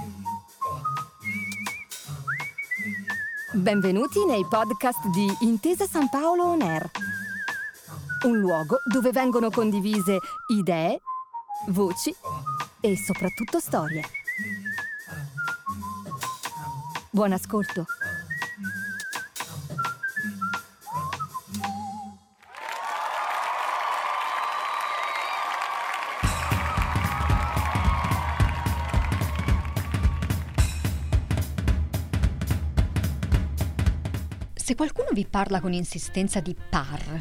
Benvenuti nei podcast di Intesa San Paolo On Air, un luogo dove vengono condivise idee, voci e soprattutto storie. Buon ascolto. Se qualcuno vi parla con insistenza di PAR,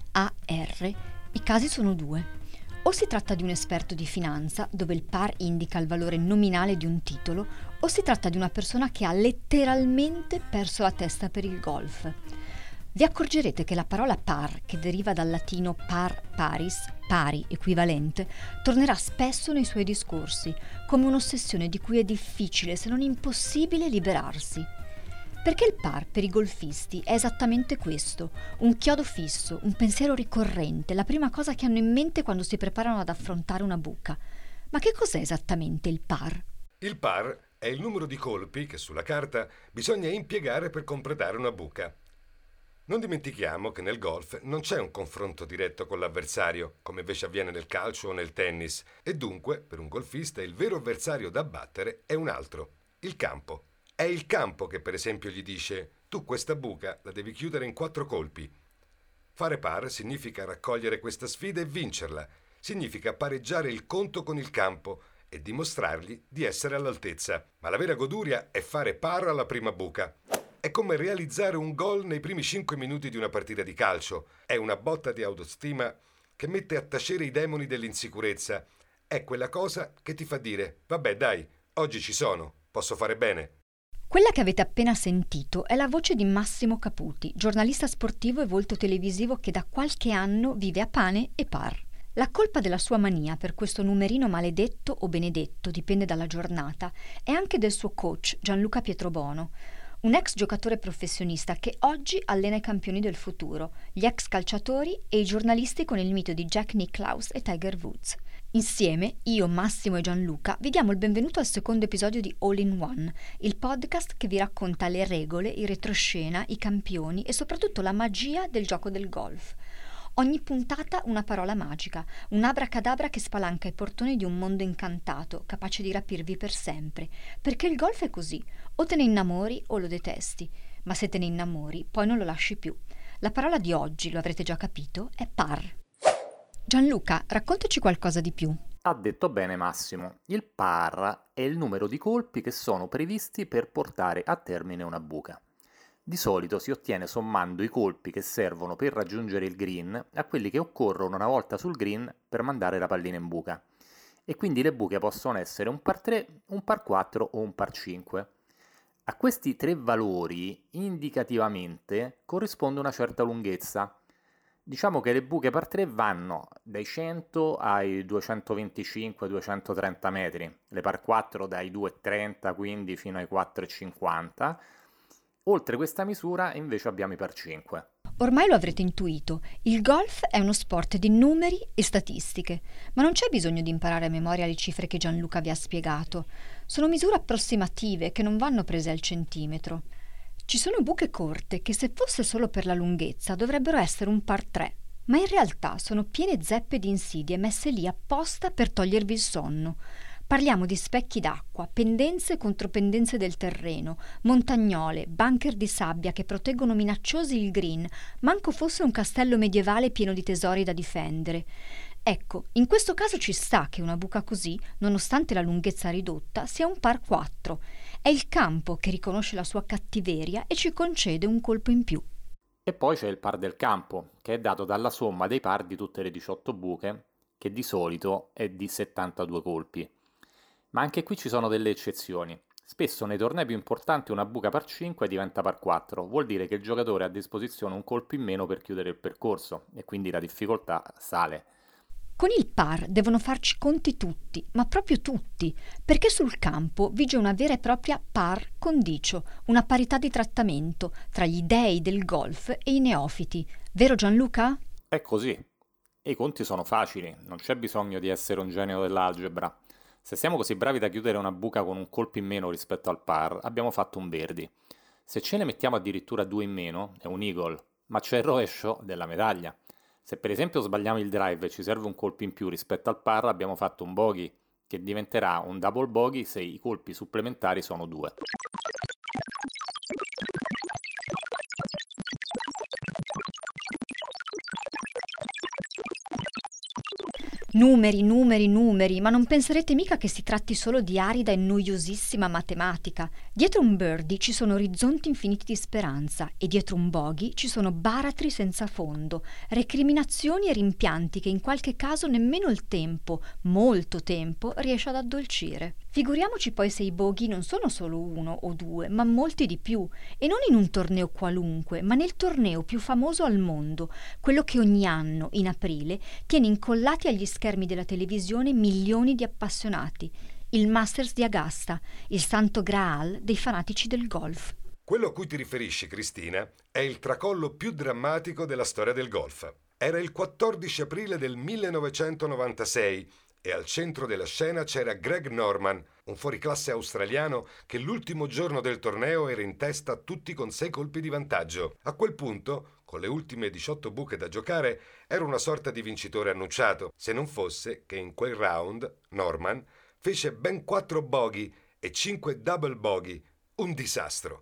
P-A-R, i casi sono due. O si tratta di un esperto di finanza, dove il PAR indica il valore nominale di un titolo, o si tratta di una persona che ha letteralmente perso la testa per il golf. Vi accorgerete che la parola PAR, che deriva dal latino par paris, pari, equivalente, tornerà spesso nei suoi discorsi, come un'ossessione di cui è difficile, se non impossibile, liberarsi. Perché il PAR per i golfisti è esattamente questo, un chiodo fisso, un pensiero ricorrente, la prima cosa che hanno in mente quando si preparano ad affrontare una buca. Ma che cos'è esattamente il PAR? Il PAR è il numero di colpi che sulla carta bisogna impiegare per completare una buca. Non dimentichiamo che nel golf non c'è un confronto diretto con l'avversario, come invece avviene nel calcio o nel tennis, e dunque per un golfista il vero avversario da battere è un altro, il campo. È il campo che per esempio gli dice: tu questa buca la devi chiudere in 4 colpi. Fare par significa raccogliere questa sfida e vincerla, significa pareggiare il conto con il campo e dimostrargli di essere all'altezza. Ma la vera goduria è fare par alla prima buca. È come realizzare un gol nei primi 5 minuti di una partita di calcio. È una botta di autostima che mette a tacere i demoni dell'insicurezza. È quella cosa che ti fa dire: vabbè dai, oggi ci sono, posso fare bene. Quella che avete appena sentito è la voce di Massimo Caputi, giornalista sportivo e volto televisivo che da qualche anno vive a pane e par. La colpa della sua mania per questo numerino maledetto o benedetto, dipende dalla giornata, è anche del suo coach Gianluca Pietrobono, un ex giocatore professionista che oggi allena i campioni del futuro, gli ex calciatori e i giornalisti con il mito di Jack Nicklaus e Tiger Woods. Insieme, io, Massimo e Gianluca, vi diamo il benvenuto al secondo episodio di All in One, il podcast che vi racconta le regole, il retroscena, i campioni e soprattutto la magia del gioco del golf. Ogni puntata una parola magica, un abracadabra che spalanca i portoni di un mondo incantato, capace di rapirvi per sempre. Perché il golf è così, o te ne innamori o lo detesti, ma se te ne innamori poi non lo lasci più. La parola di oggi, lo avrete già capito, è par. Gianluca, raccontaci qualcosa di più. Ha detto bene Massimo, il par è il numero di colpi che sono previsti per portare a termine una buca. Di solito si ottiene sommando i colpi che servono per raggiungere il green a quelli che occorrono una volta sul green per mandare la pallina in buca. E quindi le buche possono essere un par 3, un par 4 o un par 5. A questi 3 valori indicativamente corrisponde una certa lunghezza. Diciamo che le buche par 3 vanno dai 100 ai 225-230 metri, le par 4 dai 2,30 quindi fino ai 4,50. Oltre questa misura invece abbiamo i par 5. Ormai lo avrete intuito, il golf è uno sport di numeri e statistiche, ma non c'è bisogno di imparare a memoria le cifre che Gianluca vi ha spiegato. Sono misure approssimative che non vanno prese al centimetro. Ci sono buche corte che se fosse solo per la lunghezza dovrebbero essere un par 3, ma in realtà sono piene zeppe di insidie messe lì apposta per togliervi il sonno. Parliamo di specchi d'acqua, pendenze e contropendenze del terreno, montagnole, bunker di sabbia che proteggono minacciosi il green, manco fosse un castello medievale pieno di tesori da difendere. Ecco, in questo caso ci sta che una buca così, nonostante la lunghezza ridotta, sia un par 4. È il campo che riconosce la sua cattiveria e ci concede un colpo in più. E poi c'è il par del campo, che è dato dalla somma dei par di tutte le 18 buche, che di solito è di 72 colpi. Ma anche qui ci sono delle eccezioni. Spesso nei tornei più importanti una buca par 5 diventa par 4, vuol dire che il giocatore ha a disposizione un colpo in meno per chiudere il percorso e quindi la difficoltà sale. Con il par devono farci conti tutti, ma proprio tutti, perché sul campo vige una vera e propria par condicio, una parità di trattamento tra gli dei del golf e i neofiti. Vero Gianluca? È così. E i conti sono facili, non c'è bisogno di essere un genio dell'algebra. Se siamo così bravi da chiudere una buca con un colpo in meno rispetto al par, abbiamo fatto un birdie. Se ce ne mettiamo addirittura 2 in meno, è un eagle, ma c'è il rovescio della medaglia. Se per esempio sbagliamo il drive e ci serve un colpo in più rispetto al par, abbiamo fatto un bogey, che diventerà un double bogey se i colpi supplementari sono 2. Numeri, numeri, numeri, ma non penserete mica che si tratti solo di arida e noiosissima matematica. Dietro un birdie ci sono orizzonti infiniti di speranza e dietro un bogey ci sono baratri senza fondo, recriminazioni e rimpianti che in qualche caso nemmeno il tempo, molto tempo, riesce ad addolcire. Figuriamoci poi se i bogey non sono solo 1 o 2, ma molti di più, e non in un torneo qualunque, ma nel torneo più famoso al mondo, quello che ogni anno, in aprile, tiene incollati agli schermi della televisione milioni di appassionati, il Masters di Augusta, il santo graal dei fanatici del golf. Quello a cui ti riferisci, Cristina, è il tracollo più drammatico della storia del golf. Era il 14 aprile del 1996 e al centro della scena c'era Greg Norman, un fuoriclasse australiano che l'ultimo giorno del torneo era in testa a tutti con 6 colpi di vantaggio. A quel punto, con le ultime 18 buche da giocare, era una sorta di vincitore annunciato, se non fosse che in quel round Norman fece ben 4 bogey e 5 double bogey, un disastro.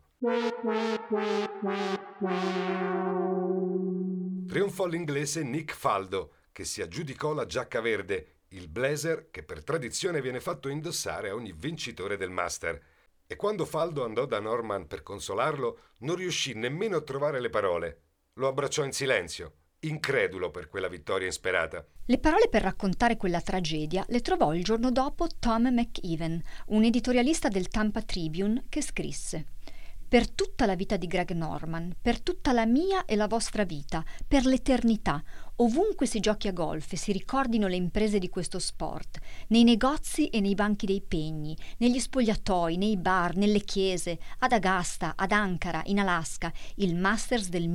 Trionfò l'inglese Nick Faldo, che si aggiudicò la giacca verde, il blazer che per tradizione viene fatto indossare a ogni vincitore del Master. E quando Faldo andò da Norman per consolarlo, non riuscì nemmeno a trovare le parole. Lo abbracciò in silenzio, incredulo per quella vittoria insperata. Le parole per raccontare quella tragedia le trovò il giorno dopo Tom McEwen, un editorialista del Tampa Tribune, che scrisse: «Per tutta la vita di Greg Norman, per tutta la mia e la vostra vita, per l'eternità, ovunque si giochi a golf e si ricordino le imprese di questo sport, nei negozi e nei banchi dei pegni, negli spogliatoi, nei bar, nelle chiese, ad Augusta, ad Ankara, in Alaska, il Masters del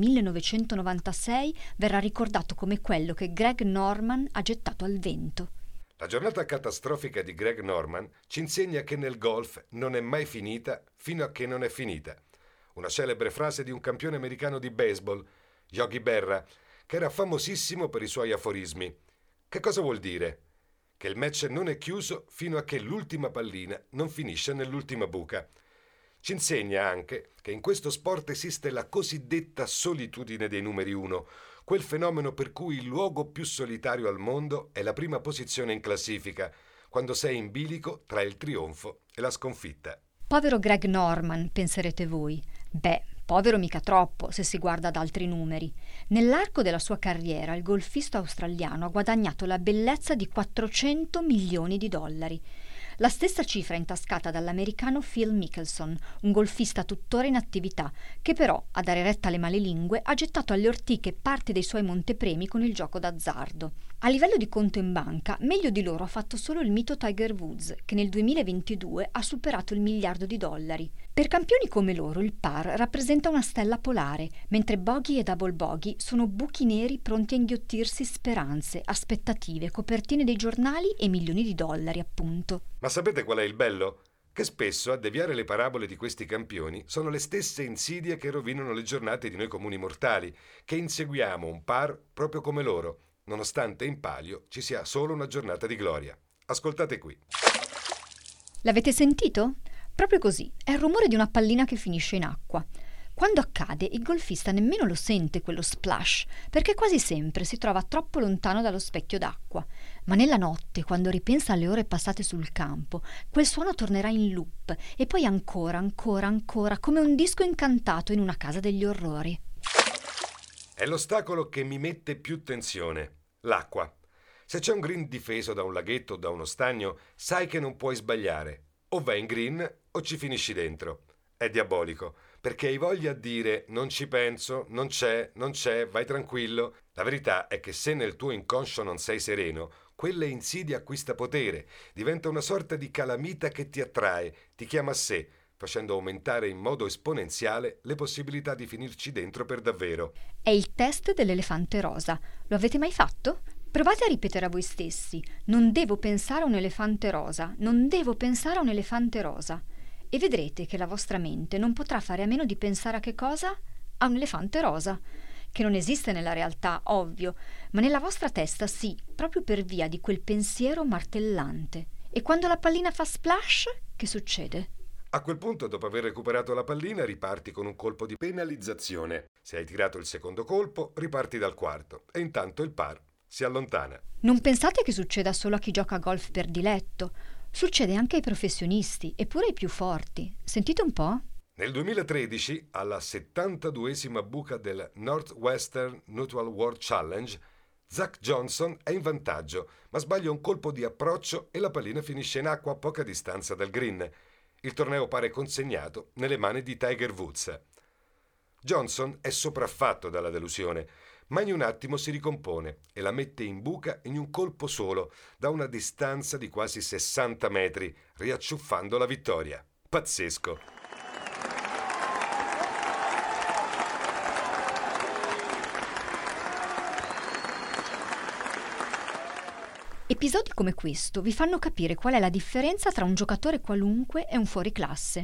1996 verrà ricordato come quello che Greg Norman ha gettato al vento». La giornata catastrofica di Greg Norman ci insegna che nel golf non è mai finita fino a che non è finita. Una celebre frase di un campione americano di baseball, Yogi Berra, che era famosissimo per i suoi aforismi. Che cosa vuol dire? Che il match non è chiuso fino a che l'ultima pallina non finisce nell'ultima buca. Ci insegna anche che in questo sport esiste la cosiddetta solitudine dei numeri 1, quel fenomeno per cui il luogo più solitario al mondo è la prima posizione in classifica, quando sei in bilico tra il trionfo e la sconfitta. Povero Greg Norman, penserete voi. Beh, povero mica troppo, se si guarda ad altri numeri. Nell'arco della sua carriera, il golfista australiano ha guadagnato la bellezza di 400 milioni di dollari. La stessa cifra intascata dall'americano Phil Mickelson, un golfista tuttora in attività, che però, a dare retta alle malelingue, ha gettato alle ortiche parte dei suoi montepremi con il gioco d'azzardo. A livello di conto in banca, meglio di loro ha fatto solo il mito Tiger Woods, che nel 2022 ha superato il $1 miliardo. Per campioni come loro, il par rappresenta una stella polare, mentre bogey e double bogey sono buchi neri pronti a inghiottirsi speranze, aspettative, copertine dei giornali e milioni di dollari, appunto. Ma sapete qual è il bello? Che spesso a deviare le parabole di questi campioni sono le stesse insidie che rovinano le giornate di noi comuni mortali, che inseguiamo un par proprio come loro, nonostante in palio ci sia solo una giornata di gloria. Ascoltate qui. L'avete sentito? Proprio così, è il rumore di una pallina che finisce in acqua. Quando accade, il golfista nemmeno lo sente quello splash, perché quasi sempre si trova troppo lontano dallo specchio d'acqua. Ma nella notte, quando ripensa alle ore passate sul campo, quel suono tornerà in loop, e poi ancora, ancora, ancora, come un disco incantato in una casa degli orrori. È l'ostacolo che mi mette più tensione, l'acqua. Se c'è un green difeso da un laghetto o da uno stagno, sai che non puoi sbagliare. O vai in green o ci finisci dentro. È diabolico, perché hai voglia di dire non ci penso, non c'è, vai tranquillo. La verità è che se nel tuo inconscio non sei sereno, quella insidia acquista potere, diventa una sorta di calamita che ti attrae, ti chiama a sé, facendo aumentare in modo esponenziale le possibilità di finirci dentro per davvero. È il test dell'elefante rosa. Lo avete mai fatto? Provate a ripetere a voi stessi: non devo pensare a un elefante rosa, non devo pensare a un elefante rosa. E vedrete che la vostra mente non potrà fare a meno di pensare a che cosa? A un elefante rosa, che non esiste nella realtà, ovvio, ma nella vostra testa sì, proprio per via di quel pensiero martellante. E quando la pallina fa splash, che succede? A quel punto, dopo aver recuperato la pallina, riparti con un colpo di penalizzazione. Se hai tirato il secondo colpo, riparti dal quarto e intanto il par si allontana. Non pensate che succeda solo a chi gioca a golf per diletto. Succede anche ai professionisti, eppure ai più forti. Sentite un po'. Nel 2013, alla 72esima buca del Northwestern Mutual World Challenge, Zach Johnson è in vantaggio, ma sbaglia un colpo di approccio e la pallina finisce in acqua a poca distanza dal green. Il torneo pare consegnato nelle mani di Tiger Woods. Johnson è sopraffatto dalla delusione, ma in un attimo si ricompone e la mette in buca in un colpo solo, da una distanza di quasi 60 metri, riacciuffando la vittoria. Pazzesco! Episodi come questo vi fanno capire qual è la differenza tra un giocatore qualunque e un fuoriclasse.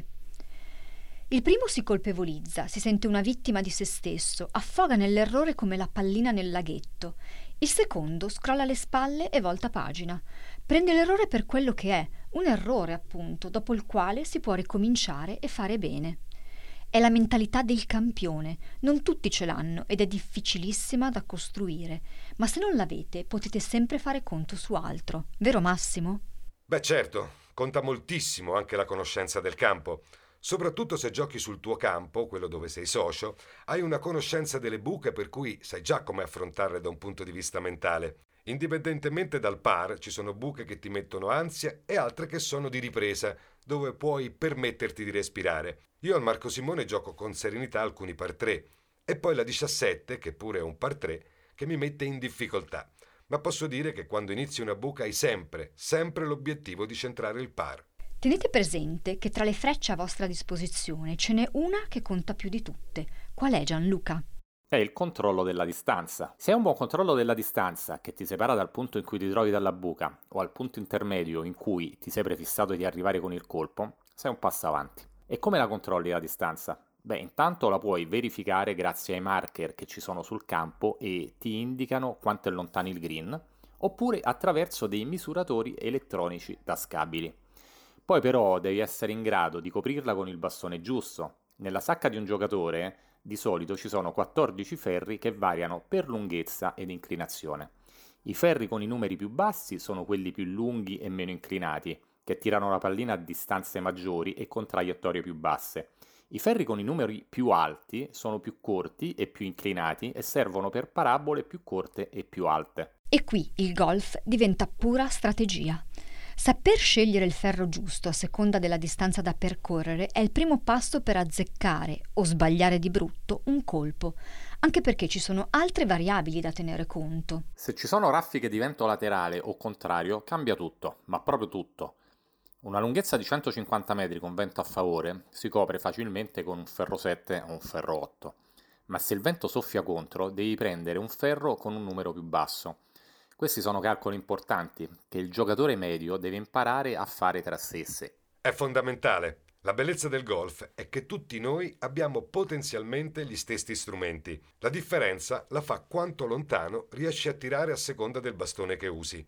Il primo si colpevolizza, si sente una vittima di se stesso, affoga nell'errore come la pallina nel laghetto. Il secondo scrolla le spalle e volta pagina. Prende l'errore per quello che è, un errore appunto, dopo il quale si può ricominciare e fare bene. È la mentalità del campione, non tutti ce l'hanno ed è difficilissima da costruire, ma se non l'avete potete sempre fare conto su altro, vero Massimo? Beh certo, conta moltissimo anche la conoscenza del campo. Soprattutto se giochi sul tuo campo, quello dove sei socio, hai una conoscenza delle buche per cui sai già come affrontarle da un punto di vista mentale. Indipendentemente dal par, ci sono buche che ti mettono ansia e altre che sono di ripresa, dove puoi permetterti di respirare. Io al Marco Simone gioco con serenità alcuni par 3 e poi la 17, che pure è un par 3, che mi mette in difficoltà. Ma posso dire che quando inizi una buca hai sempre l'obiettivo di centrare il par. Tenete presente che tra le frecce a vostra disposizione ce n'è una che conta più di tutte. Qual è, Gianluca? È il controllo della distanza. Se hai un buon controllo della distanza che ti separa dal punto in cui ti trovi dalla buca o al punto intermedio in cui ti sei prefissato di arrivare con il colpo, sei un passo avanti. E come la controlli la distanza? Beh, intanto la puoi verificare grazie ai marker che ci sono sul campo e ti indicano quanto è lontano il green, oppure attraverso dei misuratori elettronici tascabili. Poi però devi essere in grado di coprirla con il bastone giusto. Nella sacca di un giocatore di solito ci sono 14 ferri che variano per lunghezza ed inclinazione. I ferri con i numeri più bassi sono quelli più lunghi e meno inclinati, che tirano la pallina a distanze maggiori e con traiettorie più basse. I ferri con i numeri più alti sono più corti e più inclinati e servono per parabole più corte e più alte. E qui il golf diventa pura strategia. Saper scegliere il ferro giusto a seconda della distanza da percorrere è il primo passo per azzeccare o sbagliare di brutto un colpo, anche perché ci sono altre variabili da tenere conto. Se ci sono raffiche di vento laterale o contrario, cambia tutto, ma proprio tutto. Una lunghezza di 150 metri con vento a favore si copre facilmente con un ferro 7 o un ferro 8, ma se il vento soffia contro devi prendere un ferro con un numero più basso. Questi sono calcoli importanti che il giocatore medio deve imparare a fare tra stesse. È fondamentale. La bellezza del golf è che tutti noi abbiamo potenzialmente gli stessi strumenti. La differenza la fa quanto lontano riesci a tirare a seconda del bastone che usi.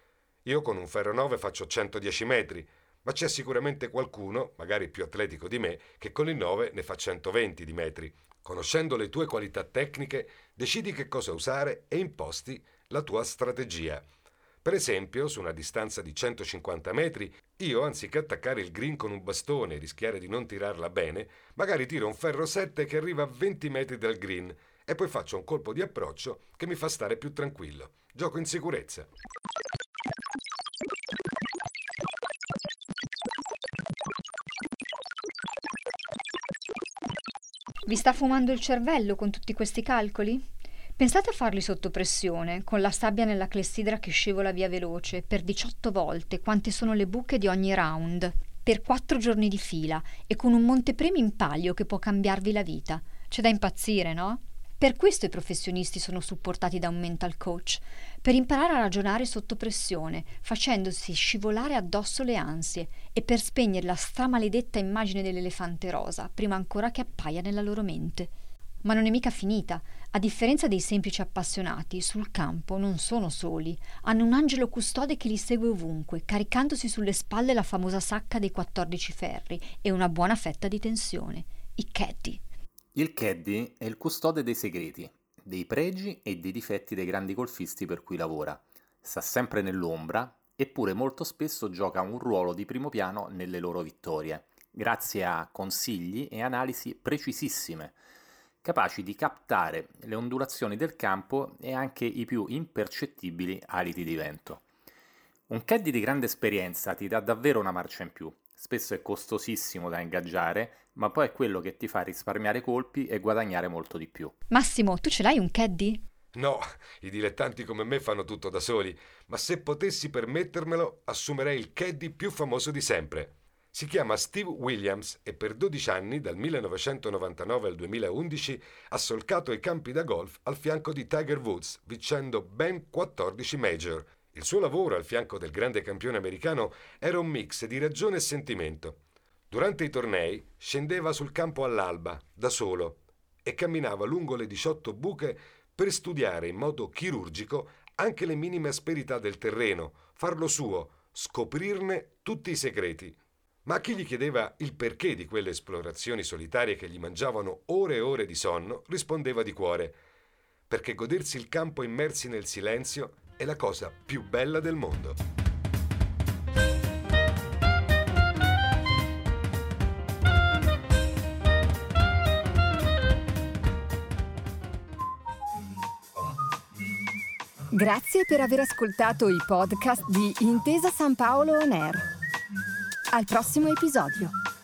Io con un ferro 9 faccio 110 metri, ma c'è sicuramente qualcuno, magari più atletico di me, che con il 9 ne fa 120 di metri. Conoscendo le tue qualità tecniche, decidi che cosa usare e imposti la tua strategia. Per esempio, su una distanza di 150 metri, io, anziché attaccare il green con un bastone e rischiare di non tirarla bene, magari tiro un ferro 7 che arriva a 20 metri dal green e poi faccio un colpo di approccio che mi fa stare più tranquillo. Gioco in sicurezza. Vi sta fumando il cervello con tutti questi calcoli? Pensate a farli sotto pressione, con la sabbia nella clessidra che scivola via veloce, per 18 volte, quante sono le buche di ogni round, per 4 giorni di fila, e con un montepremi in palio che può cambiarvi la vita. C'è da impazzire, no? Per questo i professionisti sono supportati da un mental coach, per imparare a ragionare sotto pressione, facendosi scivolare addosso le ansie e per spegnere la stramaledetta immagine dell'elefante rosa prima ancora che appaia nella loro mente. Ma non è mica finita. A differenza dei semplici appassionati, sul campo non sono soli. Hanno un angelo custode che li segue ovunque, caricandosi sulle spalle la famosa sacca dei 14 ferri e una buona fetta di tensione. I caddy. Il caddy è il custode dei segreti, dei pregi e dei difetti dei grandi golfisti per cui lavora. Sta sempre nell'ombra, eppure molto spesso gioca un ruolo di primo piano nelle loro vittorie, grazie a consigli e analisi precisissime, capaci di captare le ondulazioni del campo e anche i più impercettibili aliti di vento. Un caddy di grande esperienza ti dà davvero una marcia in più. Spesso è costosissimo da ingaggiare, ma poi è quello che ti fa risparmiare colpi e guadagnare molto di più. Massimo, tu ce l'hai un caddy? No, i dilettanti come me fanno tutto da soli, ma se potessi permettermelo, assumerei il caddy più famoso di sempre. Si chiama Steve Williams e per 12 anni, dal 1999 al 2011, ha solcato i campi da golf al fianco di Tiger Woods, vincendo ben 14 major. Il suo lavoro al fianco del grande campione americano era un mix di ragione e sentimento. Durante i tornei scendeva sul campo all'alba, da solo, e camminava lungo le 18 buche per studiare in modo chirurgico anche le minime asperità del terreno, farlo suo, scoprirne tutti i segreti. Ma a chi gli chiedeva il perché di quelle esplorazioni solitarie che gli mangiavano ore e ore di sonno, rispondeva di cuore: perché godersi il campo immersi nel silenzio è la cosa più bella del mondo. Grazie per aver ascoltato i podcast di Intesa San Paolo On Air. Al prossimo episodio.